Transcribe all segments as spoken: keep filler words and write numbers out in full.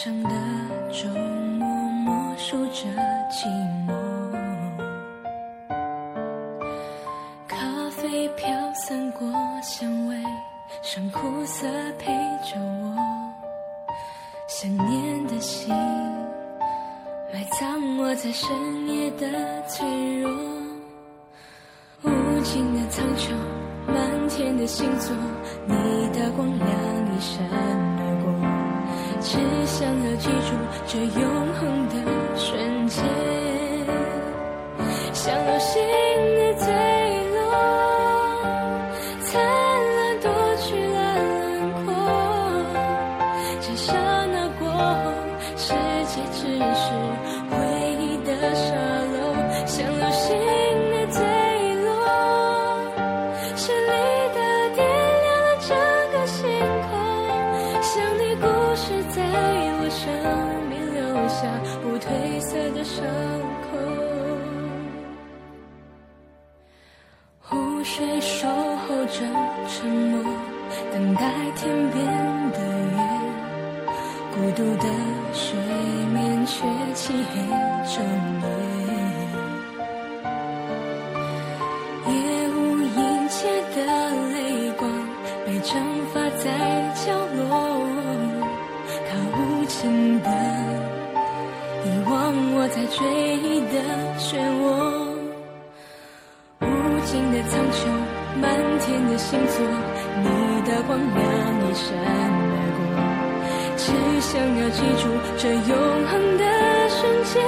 上的周末，默数着寂寞，咖啡飘散过香味，让苦涩陪着我，想念的心埋葬我在深夜的脆弱，无尽的苍穹，满天的星座，你的光亮一闪而过，只想要记住这永恒的瞬间，像流星的坠落，灿烂夺去了轮廓，这刹那过后，世界只是回忆的沙漏，像流星的坠落，绚丽的点亮了整个星空，像你故事在我生命留下不褪色的伤口，湖水守候着沉默，等待天边的月，孤独的水面却漆黑整夜，也无垠切的泪光被蒸发在角落，它无情的遗忘我在追忆的漩涡，无尽的苍穹，满天的星座，你的光亮一闪而过，只想要记住这永恒的瞬间，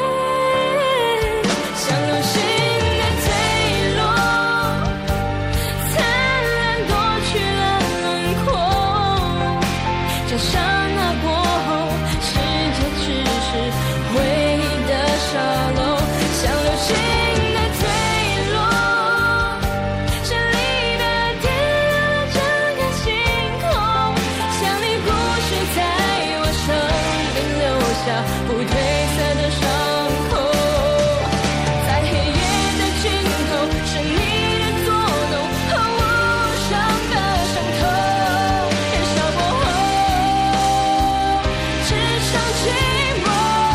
像流星的坠落，灿烂夺去了轮廓，这刹那过后，世界只是回忆的沙漏，像流星的坠落，绚丽的点亮了整个星空，像你故事在我生命留下不褪色的伤口，在黑夜的尽头，是你的作弄和无声的伤口，燃烧过后，只剩寂寞，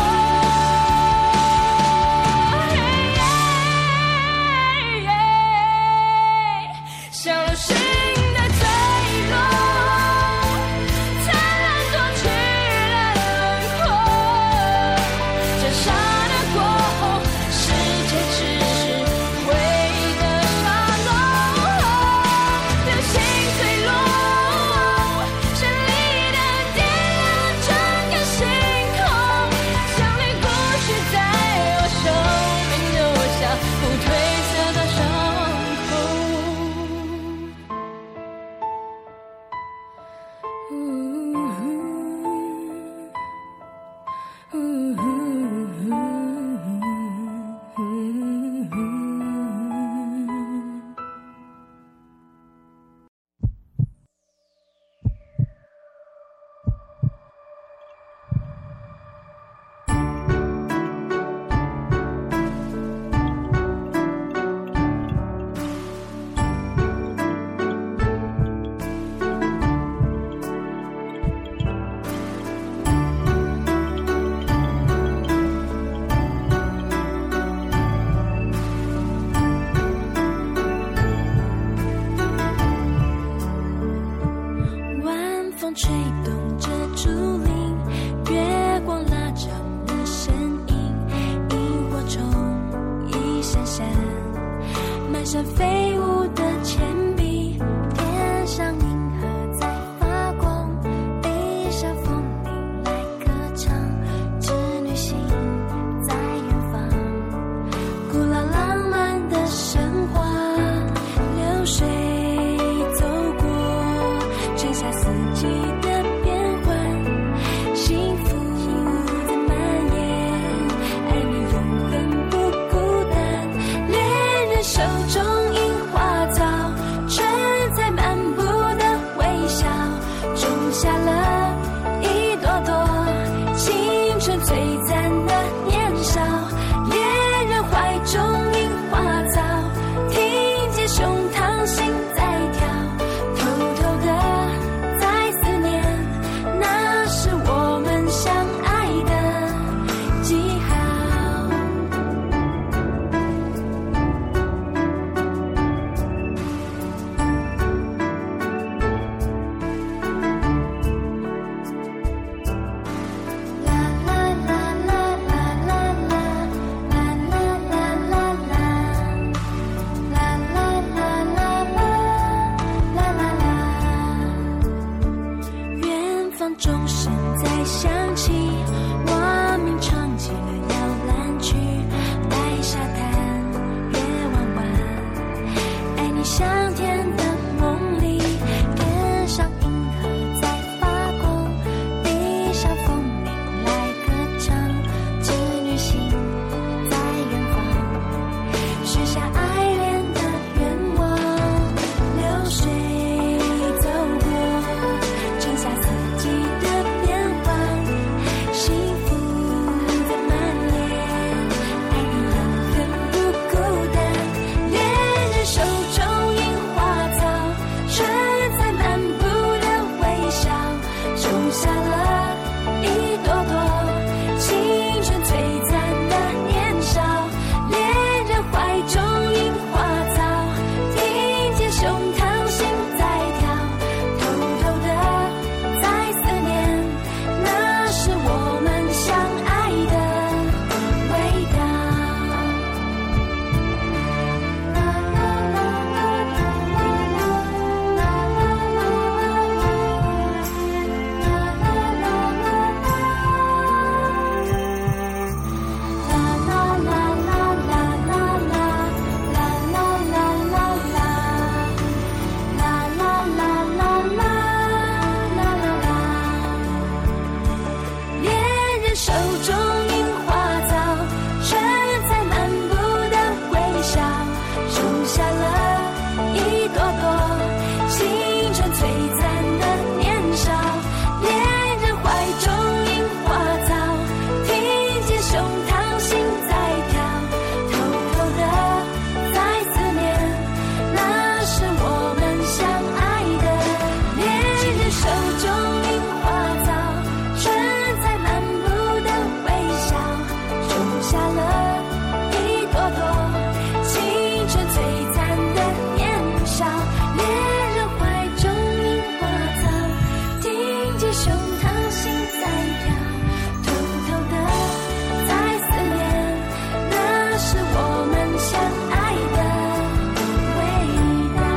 像流星的坠落，灿烂夺去了轮廓，这刹那过后，世界只是回忆的沙漏，流星坠落，绚丽的点亮了整个星空，像你故事在我生命留下不褪色的伤口。 晚风吹动着竹林，月光拉长了身影，萤火虫一闪闪，满山飞舞的铅笔，天上银河在发光，地上风铃来歌唱，织女星在远方，古老浪漫的神话，流水走过，春夏四季的变换，幸福在蔓延，爱你永恒不孤单，恋人手中樱花草， 向天的梦里，天上银河在发光，地上风铃来歌唱，织女星在远方，许下爱恋的愿望。流水走过，剩下四季的变换，幸福在蔓延，爱你永远不孤单。恋人手中樱花草，春在漫步的微笑，种下了一朵朵青春璀璨的年少。恋人怀中樱花草，听见胸膛心在跳，偷偷的在思念，那是我们相爱的味道。啦啦啦啦啦啦啦恋人手中樱花草，春在漫步的微笑，种下了一朵朵青春璀璨的年少。恋人怀中樱花草，听见胸膛心在跳，偷偷的在思念，那是我们相爱的。恋人手中樱花草，春在漫步的微笑，种下了一朵朵青春璀璨的年少。恋人怀中樱花草，听见胸膛心在跳，偷偷的在思念，那是我们相爱的味道。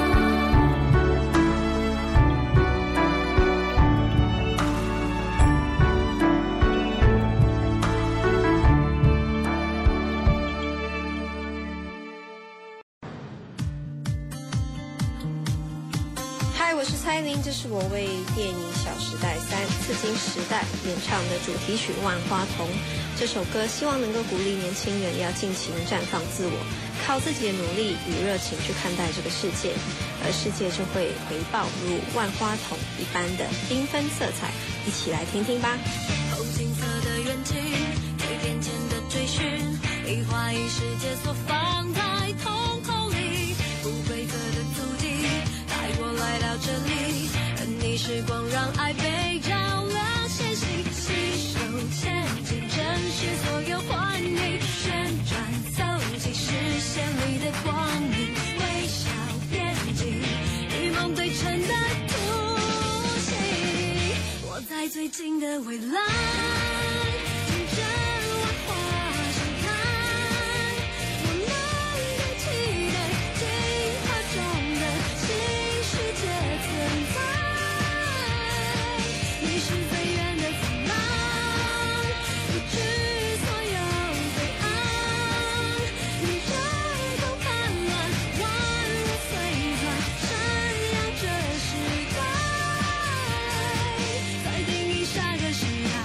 嗨，我是蔡依林，这是我为电影《小时代三：刺金时代》演唱的主题曲《万花筒》。这首歌希望能够鼓励年轻人要尽情绽放自我，靠自己的努力与热情去看待这个世界，而世界就会回报如万花筒一般的缤纷色彩。一起来听听吧。 红金色的远景，最眼前的追寻，一花一世界所放在瞳孔里，不规则的足迹带我来到这里，任你时光让爱被照亮线性，携手前进，珍惜所有欢愉，旋转走进视线里的光影，微笑边境，与梦对称的图形，我在最近的未来，听着万花盛开，我们的期待，进化中的新世界存在。你是最远的风浪，不知所有对岸，你热光灿烂，万物随转，闪耀这时代，在定义下个时代。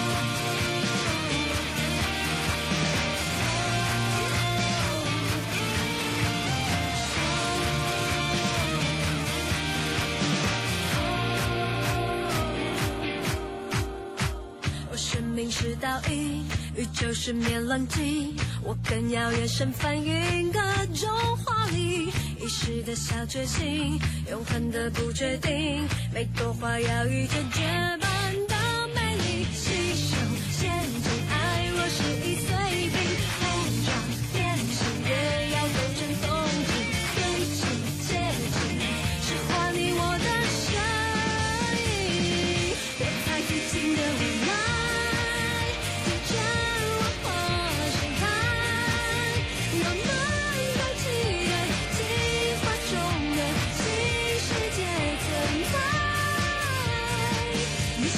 我生命是倒影，宇宙是面冷静，我更遥远身翻云各种华丽，一时的小决心，永恒的不确定，每朵花要遇见绝版的美丽，携手前进，爱若是易碎冰，碰撞变形，也要构成风景，对齐接近，是画你我的身影，我在最近的未来，听见万花盛开，我们都期待计划中的新世界存在。你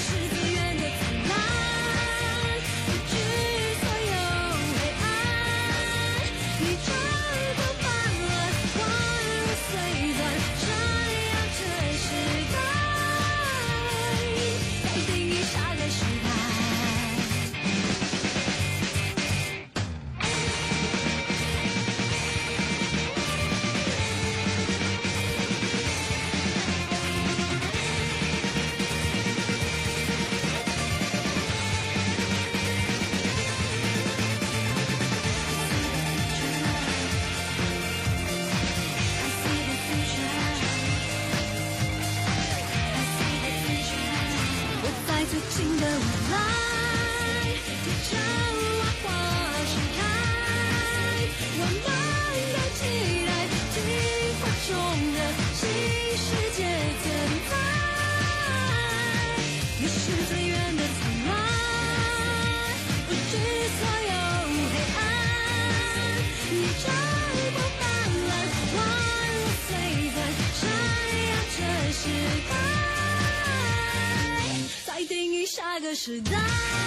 时代。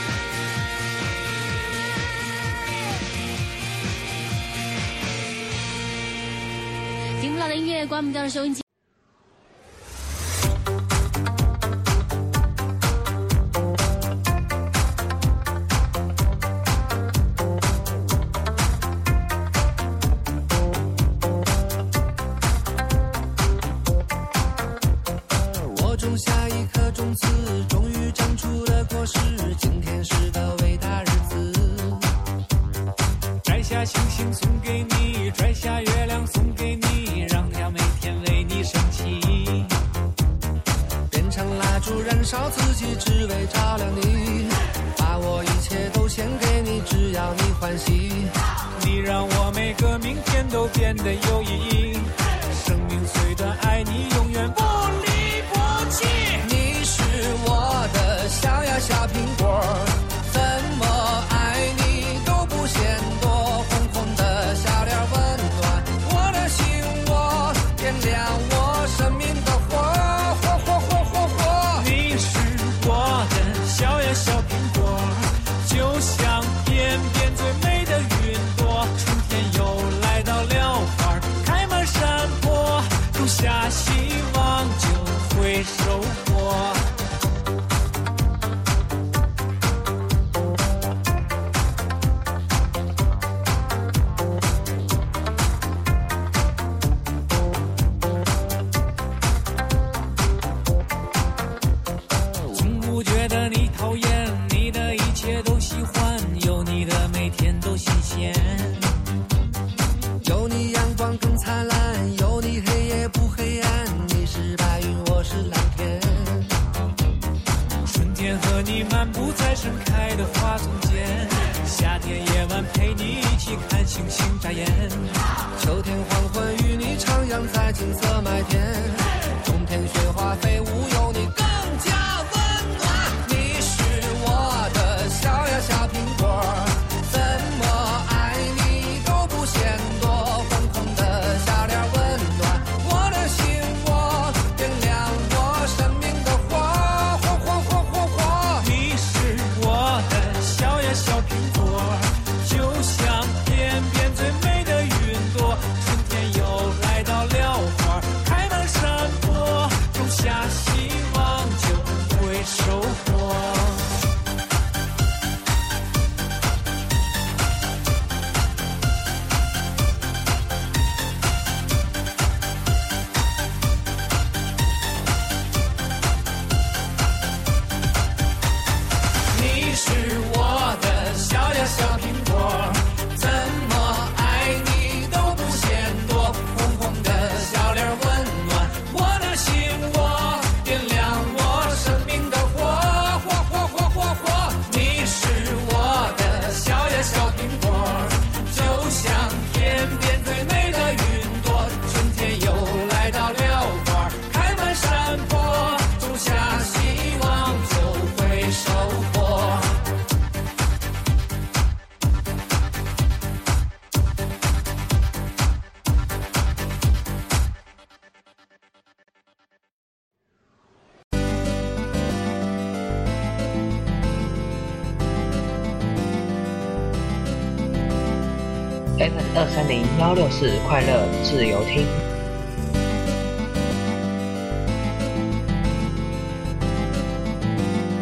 听不到的音乐，关不掉的收音机。 我种下一颗种子，终于长出了果实。今天是个伟大日子，摘下星星送给你，摘下月亮送给你，让它每天为你升起。变成蜡烛燃烧自己，只为照亮你。把我一切都献给你，只要你欢喜。你让我每个明天都变得有意义。生命虽短，爱你永远不离不弃。你是我的小呀小苹果，怎么爱你都不嫌多。红红的小脸温暖我的心窝，点亮我生命的火，火火火火火。你是我的小呀小苹果，就像天边最美的云朵。春天又来到了，花开满山坡，种下希望就会收获。从不觉得你讨厌，你的一切都喜欢，有你的每天都新鲜。有你阳光更灿烂，有你黑夜不黑暗。你是白云，我是蓝天。春天和你漫步在盛开的花丛间，夏天夜晚陪你一起看星星眨眼。秋天黄昏与你徜徉在金色麦田，冬天雪花飞舞有你更加温暖。你是我的小呀小苹果，怎么爱你都不嫌多。红红的小脸温暖我的心窝，点亮我生命的火，火火火火火。你是我的小呀小苹果，就像天边最美的云朵。春天又来到了，花开满山坡，种下希望就会收获。你是我的小呀小苹果，怎么爱你都不嫌多。红红的小脸温暖我的心窝，点亮我生命的火，火火火火火。你是我的小呀小苹果，就像天边最美的云朵。春天又来到了，花开满山坡，种下希望就会收获。 F M 二三零幺六四快乐自由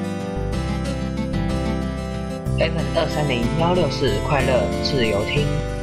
听。F M 二三零幺六四快乐自由听。